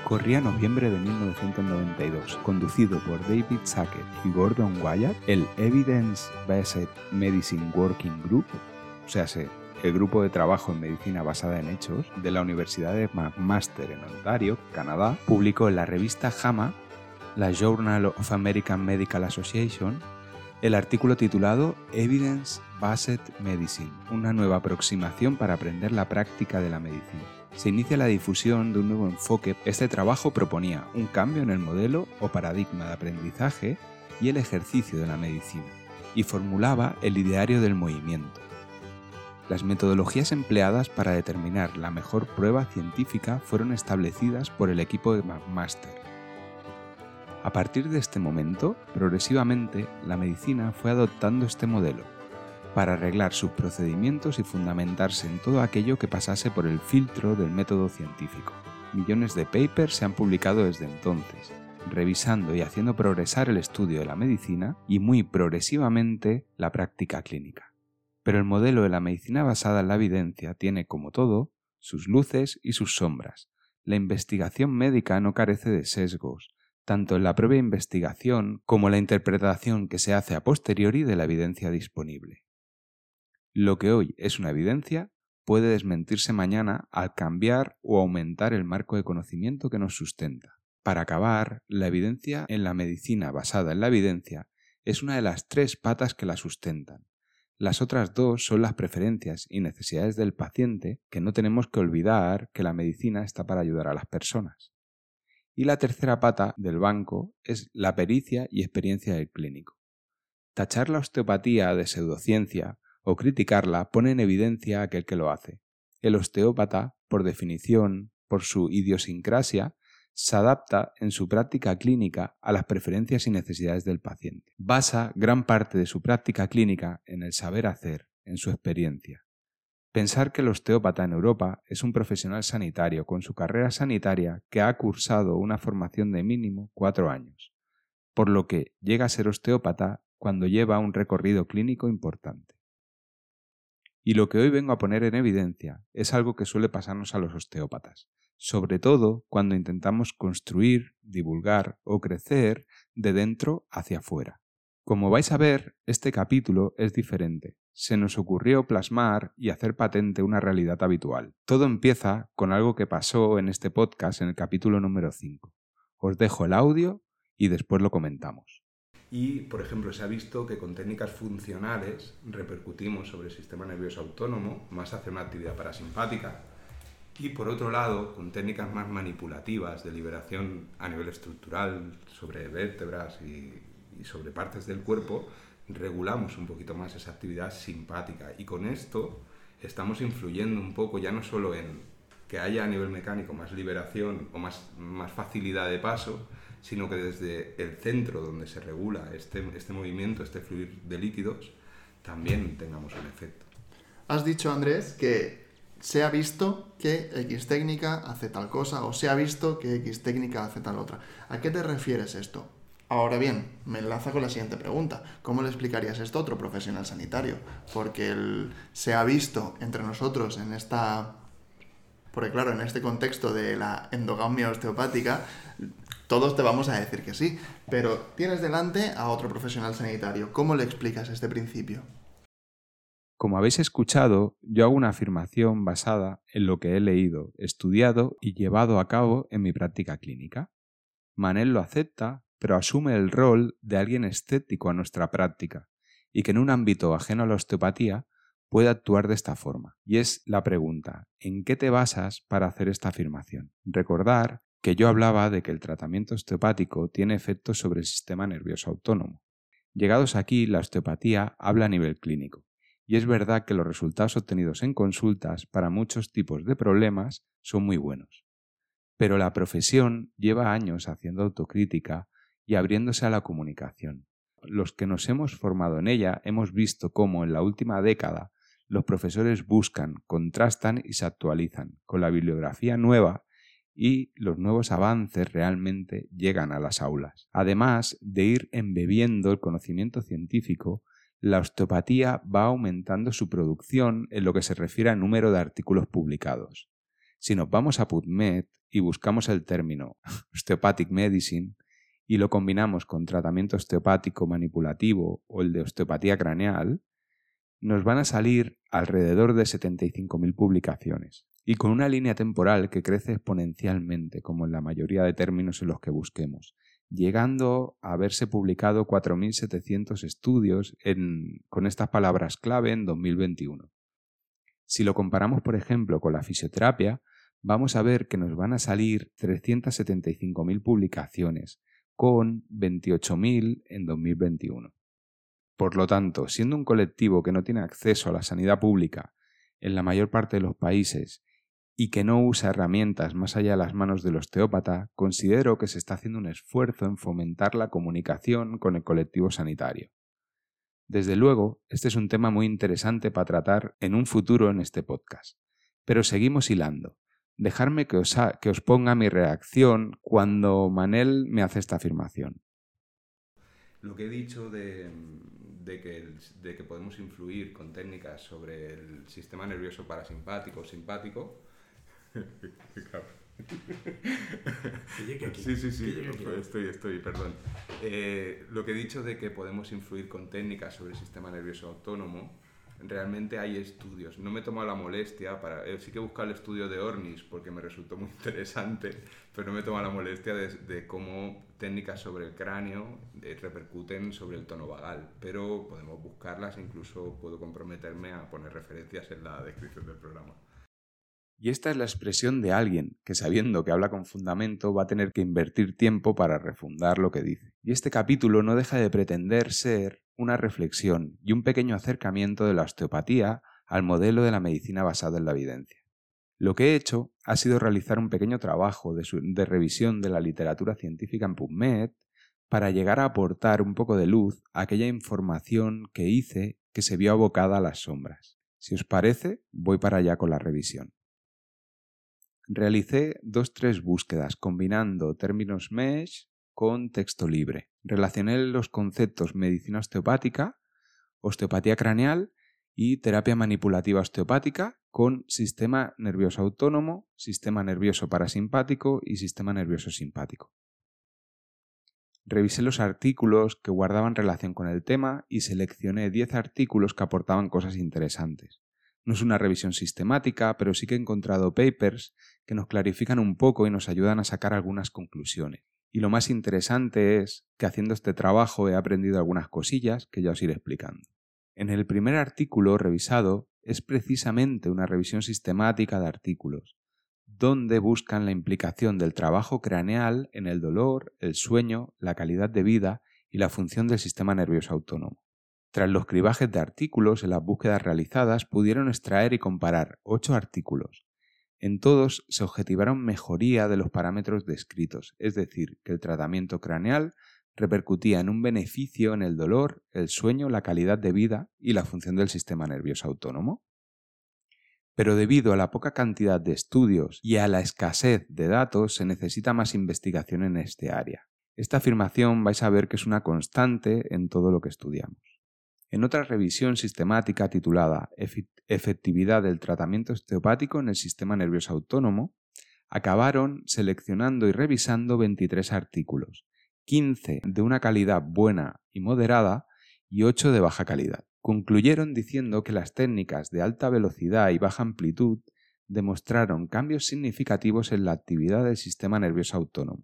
Corría noviembre de 1992, conducido por David Sackett y Gordon Wyatt, el Evidence-Based Medicine Working Group, o sea, el grupo de trabajo en medicina basada en hechos de la Universidad de McMaster en Ontario, Canadá, publicó en la revista JAMA, la Journal of American Medical Association, el artículo titulado Evidence-Based Medicine, una nueva aproximación para aprender la práctica de la medicina. Se inicia la difusión de un nuevo enfoque. Este trabajo proponía un cambio en el modelo o paradigma de aprendizaje y el ejercicio de la medicina, y formulaba el ideario del movimiento. Las metodologías empleadas para determinar la mejor prueba científica fueron establecidas por el equipo de McMaster. A partir de este momento, progresivamente, la medicina fue adoptando este modelo para arreglar sus procedimientos y fundamentarse en todo aquello que pasase por el filtro del método científico. Millones de papers se han publicado desde entonces, revisando y haciendo progresar el estudio de la medicina y muy progresivamente la práctica clínica. Pero el modelo de la medicina basada en la evidencia tiene, como todo, sus luces y sus sombras. La investigación médica no carece de sesgos, tanto en la propia investigación como en la interpretación que se hace a posteriori de la evidencia disponible. Lo que hoy es una evidencia puede desmentirse mañana al cambiar o aumentar el marco de conocimiento que nos sustenta. Para acabar, la evidencia en la medicina basada en la evidencia es una de las 3 patas que la sustentan. Las otras 2 son las preferencias y necesidades del paciente, que no tenemos que olvidar que la medicina está para ayudar a las personas. Y la tercera pata del banco es la pericia y experiencia del clínico. Tachar la osteopatía de pseudociencia o criticarla pone en evidencia a aquel que lo hace. El osteópata, por definición, por su idiosincrasia, se adapta en su práctica clínica a las preferencias y necesidades del paciente. Basa gran parte de su práctica clínica en el saber hacer, en su experiencia. Pensar que el osteópata en Europa es un profesional sanitario con su carrera sanitaria que ha cursado una formación de mínimo 4 años, por lo que llega a ser osteópata cuando lleva un recorrido clínico importante. Y lo que hoy vengo a poner en evidencia es algo que suele pasarnos a los osteópatas, sobre todo cuando intentamos construir, divulgar o crecer de dentro hacia afuera. Como vais a ver, este capítulo es diferente. Se nos ocurrió plasmar y hacer patente una realidad habitual. Todo empieza con algo que pasó en este podcast en el capítulo número 5. Os dejo el audio y después lo comentamos. Y, por ejemplo, se ha visto que con técnicas funcionales repercutimos sobre el sistema nervioso autónomo, más hacia una actividad parasimpática, y por otro lado, con técnicas más manipulativas de liberación a nivel estructural sobre vértebras y sobre partes del cuerpo, regulamos un poquito más esa actividad simpática, y con esto estamos influyendo un poco ya no solo en que haya a nivel mecánico más liberación o más facilidad de paso, sino que desde el centro donde se regula este movimiento, este fluir de líquidos, también tengamos un efecto. Has dicho, Andrés, que se ha visto que X técnica hace tal cosa o se ha visto que X técnica hace tal otra. ¿A qué te refieres esto? Ahora bien, me enlaza con la siguiente pregunta. ¿Cómo le explicarías esto a otro profesional sanitario? Porque se ha visto entre nosotros en este contexto de la endogamia osteopática, todos te vamos a decir que sí, pero tienes delante a otro profesional sanitario. ¿Cómo le explicas este principio? Como habéis escuchado, yo hago una afirmación basada en lo que he leído, estudiado y llevado a cabo en mi práctica clínica. Manel lo acepta, pero asume el rol de alguien escéptico a nuestra práctica y que en un ámbito ajeno a la osteopatía puede actuar de esta forma. Y es la pregunta, ¿en qué te basas para hacer esta afirmación? Recordar que yo hablaba de que el tratamiento osteopático tiene efectos sobre el sistema nervioso autónomo. Llegados aquí, la osteopatía habla a nivel clínico. Y es verdad que los resultados obtenidos en consultas para muchos tipos de problemas son muy buenos. Pero la profesión lleva años haciendo autocrítica y abriéndose a la comunicación. Los que nos hemos formado en ella hemos visto cómo en la última década los profesores buscan, contrastan y se actualizan con la bibliografía nueva y los nuevos avances realmente llegan a las aulas. Además de ir embebiendo el conocimiento científico, la osteopatía va aumentando su producción en lo que se refiere al número de artículos publicados. Si nos vamos a PubMed y buscamos el término Osteopathic Medicine y lo combinamos con tratamiento osteopático manipulativo o el de osteopatía craneal, nos van a salir alrededor de 75.000 publicaciones y con una línea temporal que crece exponencialmente, como en la mayoría de términos en los que busquemos, llegando a haberse publicado 4.700 estudios con estas palabras clave en 2021. Si lo comparamos, por ejemplo, con la fisioterapia, vamos a ver que nos van a salir 375.000 publicaciones, con 28.000 en 2021. Por lo tanto, siendo un colectivo que no tiene acceso a la sanidad pública en la mayor parte de los países y que no usa herramientas más allá de las manos del osteópata, considero que se está haciendo un esfuerzo en fomentar la comunicación con el colectivo sanitario. Desde luego, este es un tema muy interesante para tratar en un futuro en este podcast. Pero seguimos hilando. Dejadme que os ponga mi reacción cuando Manel me hace esta afirmación. Lo que he dicho de que podemos influir con técnicas sobre el sistema nervioso parasimpático o simpático... Claro. Estoy, perdón. Lo que he dicho de que podemos influir con técnicas sobre el sistema nervioso autónomo, realmente hay estudios. No me he tomado la molestia sí que he buscado el estudio de Ornish porque me resultó muy interesante, pero no me he tomado la molestia de cómo técnicas sobre el cráneo repercuten sobre el tono vagal, pero podemos buscarlas e incluso puedo comprometerme a poner referencias en la descripción del programa. Y esta es la expresión de alguien que, sabiendo que habla con fundamento, va a tener que invertir tiempo para refundar lo que dice. Y este capítulo no deja de pretender ser una reflexión y un pequeño acercamiento de la osteopatía al modelo de la medicina basada en la evidencia. Lo que he hecho ha sido realizar un pequeño trabajo de revisión de la literatura científica en PubMed para llegar a aportar un poco de luz a aquella información que hice que se vio abocada a las sombras. Si os parece, voy para allá con la revisión. Realicé 2-3 búsquedas combinando términos MESH con texto libre. Relacioné los conceptos medicina osteopática, osteopatía craneal y terapia manipulativa osteopática con sistema nervioso autónomo, sistema nervioso parasimpático y sistema nervioso simpático. Revisé los artículos que guardaban relación con el tema y seleccioné 10 artículos que aportaban cosas interesantes. No es una revisión sistemática, pero sí que he encontrado papers que nos clarifican un poco y nos ayudan a sacar algunas conclusiones. Y lo más interesante es que haciendo este trabajo he aprendido algunas cosillas que ya os iré explicando. En el primer artículo revisado es precisamente una revisión sistemática de artículos, donde buscan la implicación del trabajo craneal en el dolor, el sueño, la calidad de vida y la función del sistema nervioso autónomo. Tras los cribajes de artículos en las búsquedas realizadas, pudieron extraer y comparar 8 artículos. En todos se objetivaron mejoría de los parámetros descritos, es decir, que el tratamiento craneal repercutía en un beneficio en el dolor, el sueño, la calidad de vida y la función del sistema nervioso autónomo. Pero debido a la poca cantidad de estudios y a la escasez de datos, se necesita más investigación en este área. Esta afirmación vais a ver que es una constante en todo lo que estudiamos. En otra revisión sistemática titulada Efectividad del tratamiento osteopático en el sistema nervioso autónomo, acabaron seleccionando y revisando 23 artículos, 15 de una calidad buena y moderada y 8 de baja calidad. Concluyeron diciendo que las técnicas de alta velocidad y baja amplitud demostraron cambios significativos en la actividad del sistema nervioso autónomo.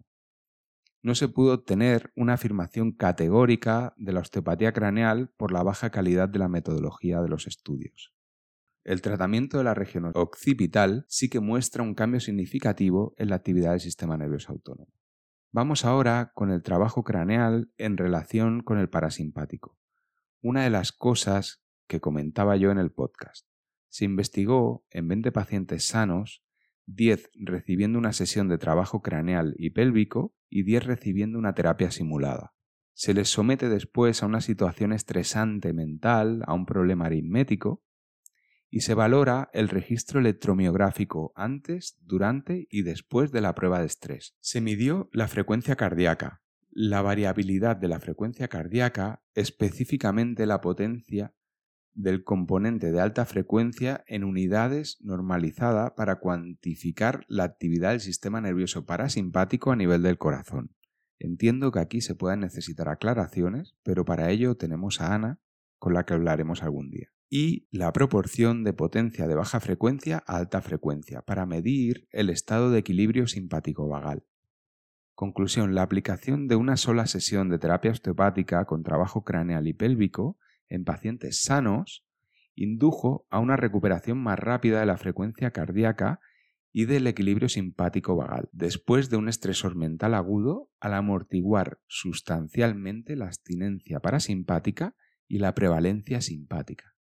No se pudo obtener una afirmación categórica de la osteopatía craneal por la baja calidad de la metodología de los estudios. El tratamiento de la región occipital sí que muestra un cambio significativo en la actividad del sistema nervioso autónomo. Vamos ahora con el trabajo craneal en relación con el parasimpático. Una de las cosas que comentaba yo en el podcast. Se investigó en 20 pacientes sanos, 10 recibiendo una sesión de trabajo craneal y pélvico y 10 recibiendo una terapia simulada. Se les somete después a una situación estresante mental, a un problema aritmético, y se valora el registro electromiográfico antes, durante y después de la prueba de estrés. Se midió la frecuencia cardíaca, la variabilidad de la frecuencia cardíaca, específicamente la potencia del componente de alta frecuencia en unidades normalizada para cuantificar la actividad del sistema nervioso parasimpático a nivel del corazón. Entiendo que aquí se puedan necesitar aclaraciones, pero para ello tenemos a Ana, con la que hablaremos algún día. Y la proporción de potencia de baja frecuencia a alta frecuencia para medir el estado de equilibrio simpático-vagal. Conclusión: la aplicación de una sola sesión de terapia osteopática con trabajo craneal y pélvico en pacientes sanos indujo a una recuperación más rápida de la frecuencia cardíaca y del equilibrio simpático-vagal, después de un estresor mental agudo, al amortiguar sustancialmente la abstinencia parasimpática y la prevalencia simpática.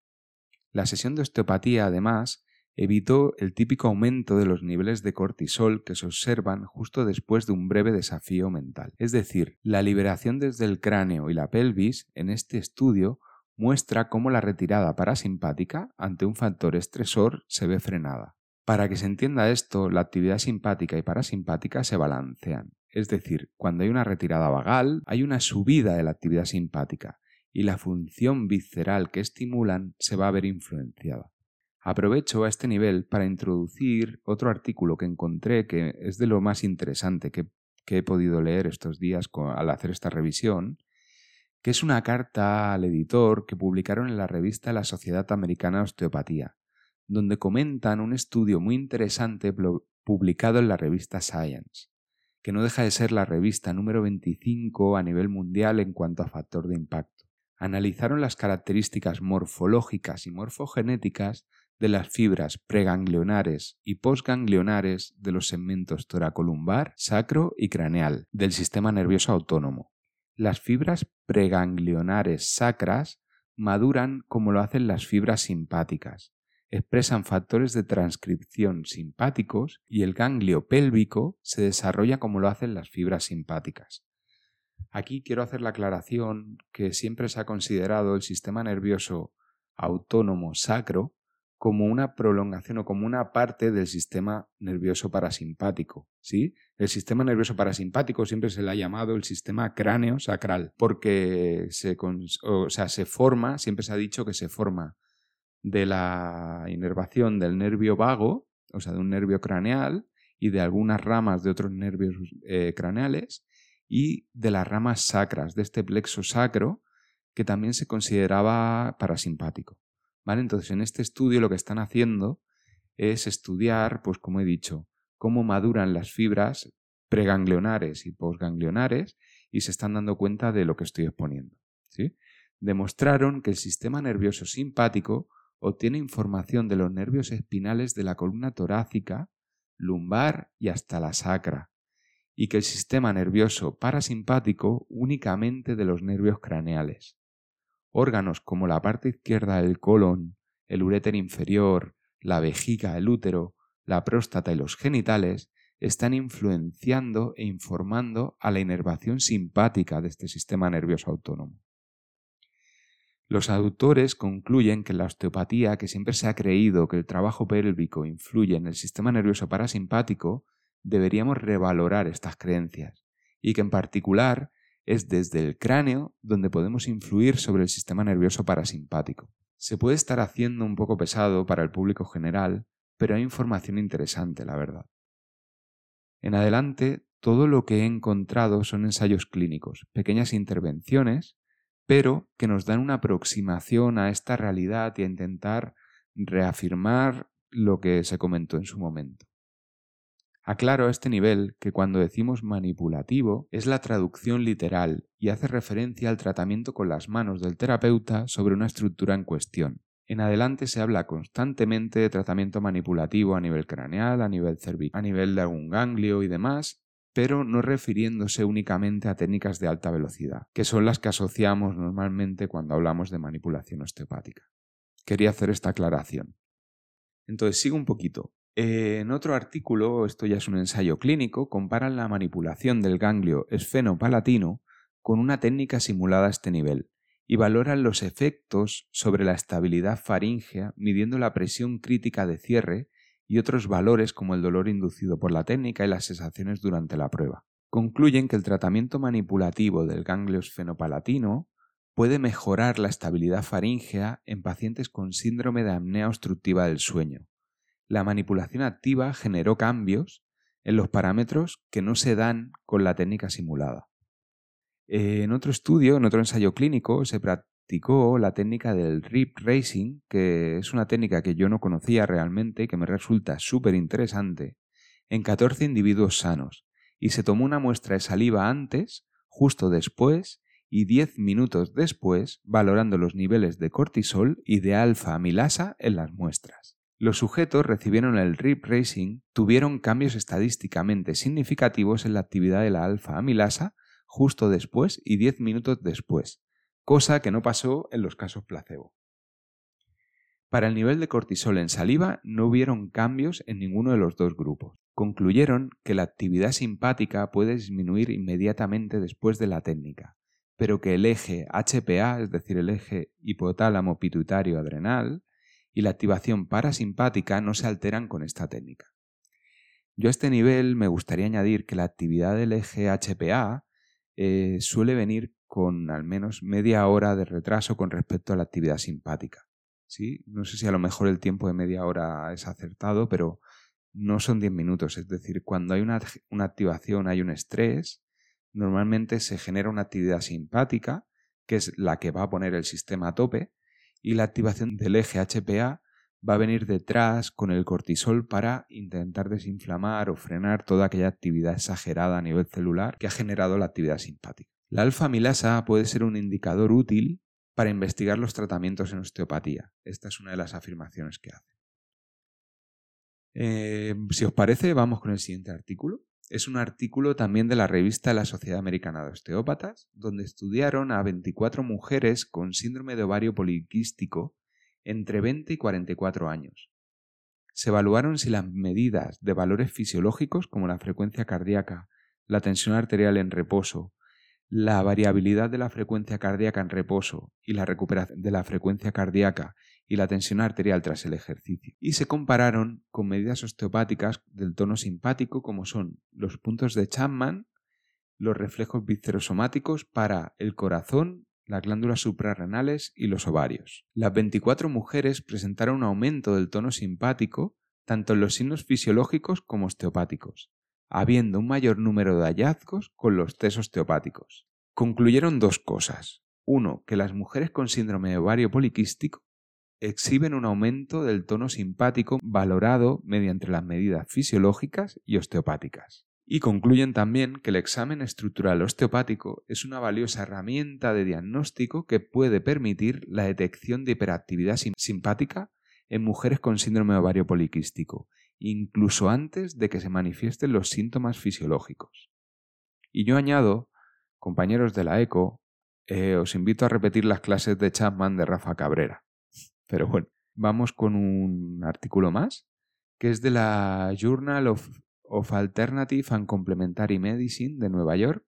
La sesión de osteopatía, además, evitó el típico aumento de los niveles de cortisol que se observan justo después de un breve desafío mental. Es decir, la liberación desde el cráneo y la pelvis en este estudio muestra cómo la retirada parasimpática ante un factor estresor se ve frenada. Para que se entienda esto, la actividad simpática y parasimpática se balancean. Es decir, cuando hay una retirada vagal, hay una subida de la actividad simpática y la función visceral que estimulan se va a ver influenciada. Aprovecho a este nivel para introducir otro artículo que encontré que es de lo más interesante que he podido leer estos días al hacer esta revisión, que es una carta al editor que publicaron en la revista La Sociedad Americana de Osteopatía, donde comentan un estudio muy interesante publicado en la revista Science, que no deja de ser la revista número 25 a nivel mundial en cuanto a factor de impacto. Analizaron las características morfológicas y morfogenéticas de las fibras preganglionares y postganglionares de los segmentos toracolumbar, sacro y craneal del sistema nervioso autónomo. Las fibras preganglionares sacras maduran como lo hacen las fibras simpáticas, expresan factores de transcripción simpáticos y el ganglio pélvico se desarrolla como lo hacen las fibras simpáticas. Aquí quiero hacer la aclaración que siempre se ha considerado el sistema nervioso autónomo sacro como una prolongación o como una parte del sistema nervioso parasimpático, ¿sí? El sistema nervioso parasimpático siempre se le ha llamado el sistema cráneo-sacral porque siempre se ha dicho que se forma de la inervación del nervio vago, o sea, de un nervio craneal y de algunas ramas de otros nervios craneales y de las ramas sacras, de este plexo sacro que también se consideraba parasimpático. ¿Vale? Entonces, en este estudio lo que están haciendo es estudiar, pues como he dicho, cómo maduran las fibras preganglionares y postganglionares y se están dando cuenta de lo que estoy exponiendo, ¿sí? Demostraron que el sistema nervioso simpático obtiene información de los nervios espinales de la columna torácica, lumbar y hasta la sacra, y que el sistema nervioso parasimpático únicamente de los nervios craneales. Órganos como la parte izquierda del colon, el uréter inferior, la vejiga, el útero, la próstata y los genitales están influenciando e informando a la inervación simpática de este sistema nervioso autónomo. Los autores concluyen que en la osteopatía, que siempre se ha creído que el trabajo pélvico influye en el sistema nervioso parasimpático, deberíamos revalorar estas creencias y que en particular es desde el cráneo donde podemos influir sobre el sistema nervioso parasimpático. Se puede estar haciendo un poco pesado para el público general, pero hay información interesante, la verdad. En adelante, todo lo que he encontrado son ensayos clínicos, pequeñas intervenciones, pero que nos dan una aproximación a esta realidad y a intentar reafirmar lo que se comentó en su momento. Aclaro a este nivel que cuando decimos manipulativo es la traducción literal y hace referencia al tratamiento con las manos del terapeuta sobre una estructura en cuestión. En adelante se habla constantemente de tratamiento manipulativo a nivel craneal, a nivel cervical, a nivel de algún ganglio y demás, pero no refiriéndose únicamente a técnicas de alta velocidad, que son las que asociamos normalmente cuando hablamos de manipulación osteopática. Quería hacer esta aclaración. Entonces sigo un poquito. En otro artículo, esto ya es un ensayo clínico, comparan la manipulación del ganglio esfenopalatino con una técnica simulada a este nivel y valoran los efectos sobre la estabilidad faríngea midiendo la presión crítica de cierre y otros valores como el dolor inducido por la técnica y las sensaciones durante la prueba. Concluyen que el tratamiento manipulativo del ganglio esfenopalatino puede mejorar la estabilidad faríngea en pacientes con síndrome de apnea obstructiva del sueño. La manipulación activa generó cambios en los parámetros que no se dan con la técnica simulada. En otro estudio, en otro ensayo clínico, se practicó la técnica del rib racing, que es una técnica que yo no conocía realmente y que me resulta súper interesante, en 14 individuos sanos, y se tomó una muestra de saliva antes, justo después y 10 minutos después, valorando los niveles de cortisol y de alfa-amilasa en las muestras. Los sujetos recibieron el rib racing, tuvieron cambios estadísticamente significativos en la actividad de la alfa-amilasa justo después y 10 minutos después, cosa que no pasó en los casos placebo. Para el nivel de cortisol en saliva no hubieron cambios en ninguno de los dos grupos. Concluyeron que la actividad simpática puede disminuir inmediatamente después de la técnica, pero que el eje HPA, es decir, el eje hipotálamo pituitario adrenal, y la activación parasimpática no se alteran con esta técnica. Yo a este nivel me gustaría añadir que la actividad del eje HPA suele venir con al menos media hora de retraso con respecto a la actividad simpática. ¿Sí? No sé si a lo mejor el tiempo de media hora es acertado, pero no son 10 minutos. Es decir, cuando hay una activación, hay un estrés, normalmente se genera una actividad simpática, que es la que va a poner el sistema a tope, y la activación del eje HPA va a venir detrás con el cortisol para intentar desinflamar o frenar toda aquella actividad exagerada a nivel celular que ha generado la actividad simpática. La alfa-amilasa puede ser un indicador útil para investigar los tratamientos en osteopatía. Esta es una de las afirmaciones que hace. Si os parece, vamos con el siguiente artículo. Es un artículo también de la revista de la Sociedad Americana de Osteópatas, donde estudiaron a 24 mujeres con síndrome de ovario poliquístico entre 20 y 44 años. Se evaluaron si las medidas de valores fisiológicos como la frecuencia cardíaca, la tensión arterial en reposo, la variabilidad de la frecuencia cardíaca en reposo y la recuperación de la frecuencia cardíaca y la tensión arterial tras el ejercicio. Y se compararon con medidas osteopáticas del tono simpático como son los puntos de Chapman, los reflejos viscerosomáticos para el corazón, las glándulas suprarrenales y los ovarios. Las 24 mujeres presentaron un aumento del tono simpático tanto en los signos fisiológicos como osteopáticos, habiendo un mayor número de hallazgos con los test osteopáticos. Concluyeron dos cosas. Uno, que las mujeres con síndrome de ovario poliquístico exhiben un aumento del tono simpático valorado mediante las medidas fisiológicas y osteopáticas. Y concluyen también que el examen estructural osteopático es una valiosa herramienta de diagnóstico que puede permitir la detección de hiperactividad simpática en mujeres con síndrome de ovario poliquístico, incluso antes de que se manifiesten los síntomas fisiológicos. Y yo añado, compañeros de la ECO, os invito a repetir las clases de Chapman de Rafa Cabrera. Pero bueno, vamos con un artículo más, que es de la Journal of Alternative and Complementary Medicine de Nueva York,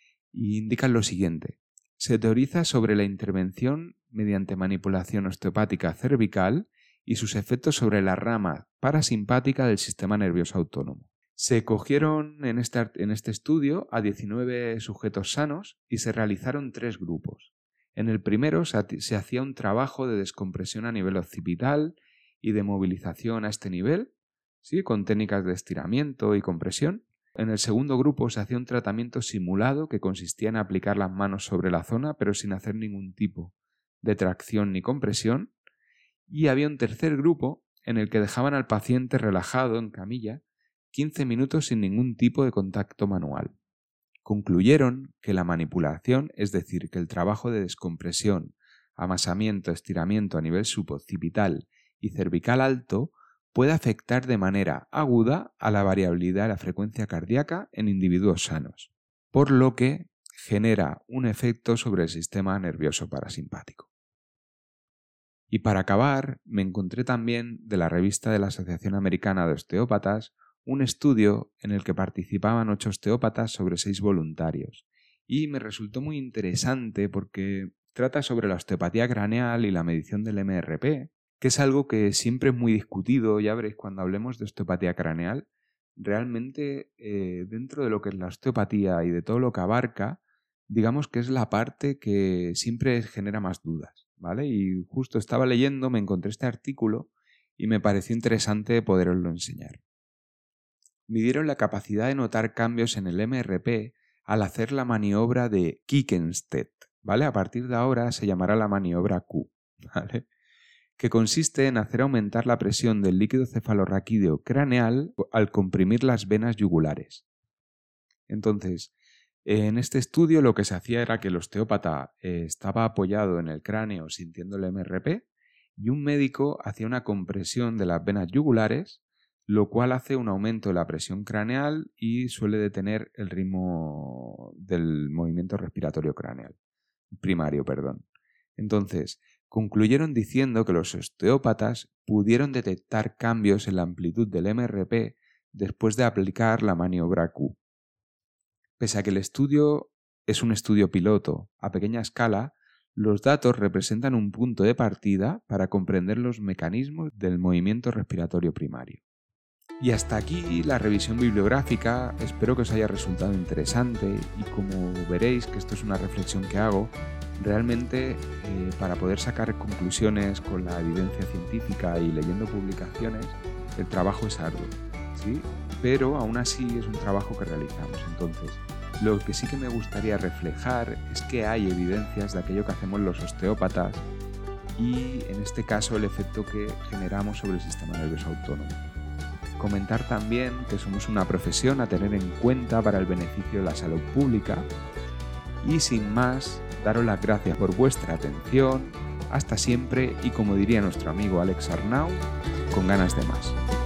y indican lo siguiente. Se teoriza sobre la intervención mediante manipulación osteopática cervical y sus efectos sobre la rama parasimpática del sistema nervioso autónomo. Se cogieron en este estudio a 19 sujetos sanos y se realizaron 3 grupos. En el primero se hacía un trabajo de descompresión a nivel occipital y de movilización a este nivel, ¿sí?, con técnicas de estiramiento y compresión. En el segundo grupo se hacía un tratamiento simulado que consistía en aplicar las manos sobre la zona pero sin hacer ningún tipo de tracción ni compresión. Y había un tercer grupo en el que dejaban al paciente relajado en camilla 15 minutos sin ningún tipo de contacto manual. Concluyeron que la manipulación, es decir, que el trabajo de descompresión, amasamiento, estiramiento a nivel suboccipital y cervical alto puede afectar de manera aguda a la variabilidad de la frecuencia cardíaca en individuos sanos, por lo que genera un efecto sobre el sistema nervioso parasimpático. Y para acabar, me encontré también de la revista de la Asociación Americana de Osteópatas un estudio en el que participaban 8 osteópatas sobre 6 voluntarios. Y me resultó muy interesante porque trata sobre la osteopatía craneal y la medición del MRP, que es algo que siempre es muy discutido. Ya veréis, cuando hablemos de osteopatía craneal, realmente dentro de lo que es la osteopatía y de todo lo que abarca, digamos que es la parte que siempre genera más dudas, ¿vale? Y justo estaba leyendo, me encontré este artículo y me pareció interesante poderoslo enseñar. Midieron la capacidad de notar cambios en el MRP al hacer la maniobra de Kikenstedt, ¿vale? A partir de ahora se llamará la maniobra Q, ¿vale? Que consiste en hacer aumentar la presión del líquido cefalorraquídeo craneal al comprimir las venas yugulares. Entonces, en este estudio lo que se hacía era que el osteópata estaba apoyado en el cráneo sintiendo el MRP y un médico hacía una compresión de las venas yugulares, lo cual hace un aumento de la presión craneal y suele detener el ritmo del movimiento respiratorio primario. Entonces, concluyeron diciendo que los osteópatas pudieron detectar cambios en la amplitud del MRP después de aplicar la maniobra Q. Pese a que el estudio es un estudio piloto a pequeña escala, los datos representan un punto de partida para comprender los mecanismos del movimiento respiratorio primario. Y hasta aquí la revisión bibliográfica, espero que os haya resultado interesante y como veréis que esto es una reflexión que hago, realmente para poder sacar conclusiones con la evidencia científica y leyendo publicaciones, el trabajo es arduo, ¿sí? Pero aún así es un trabajo que realizamos. Entonces, lo que sí que me gustaría reflejar es que hay evidencias de aquello que hacemos los osteópatas y en este caso el efecto que generamos sobre el sistema nervioso autónomo. Comentar también que somos una profesión a tener en cuenta para el beneficio de la salud pública y sin más, daros las gracias por vuestra atención, hasta siempre y como diría nuestro amigo Alex Arnau, con ganas de más.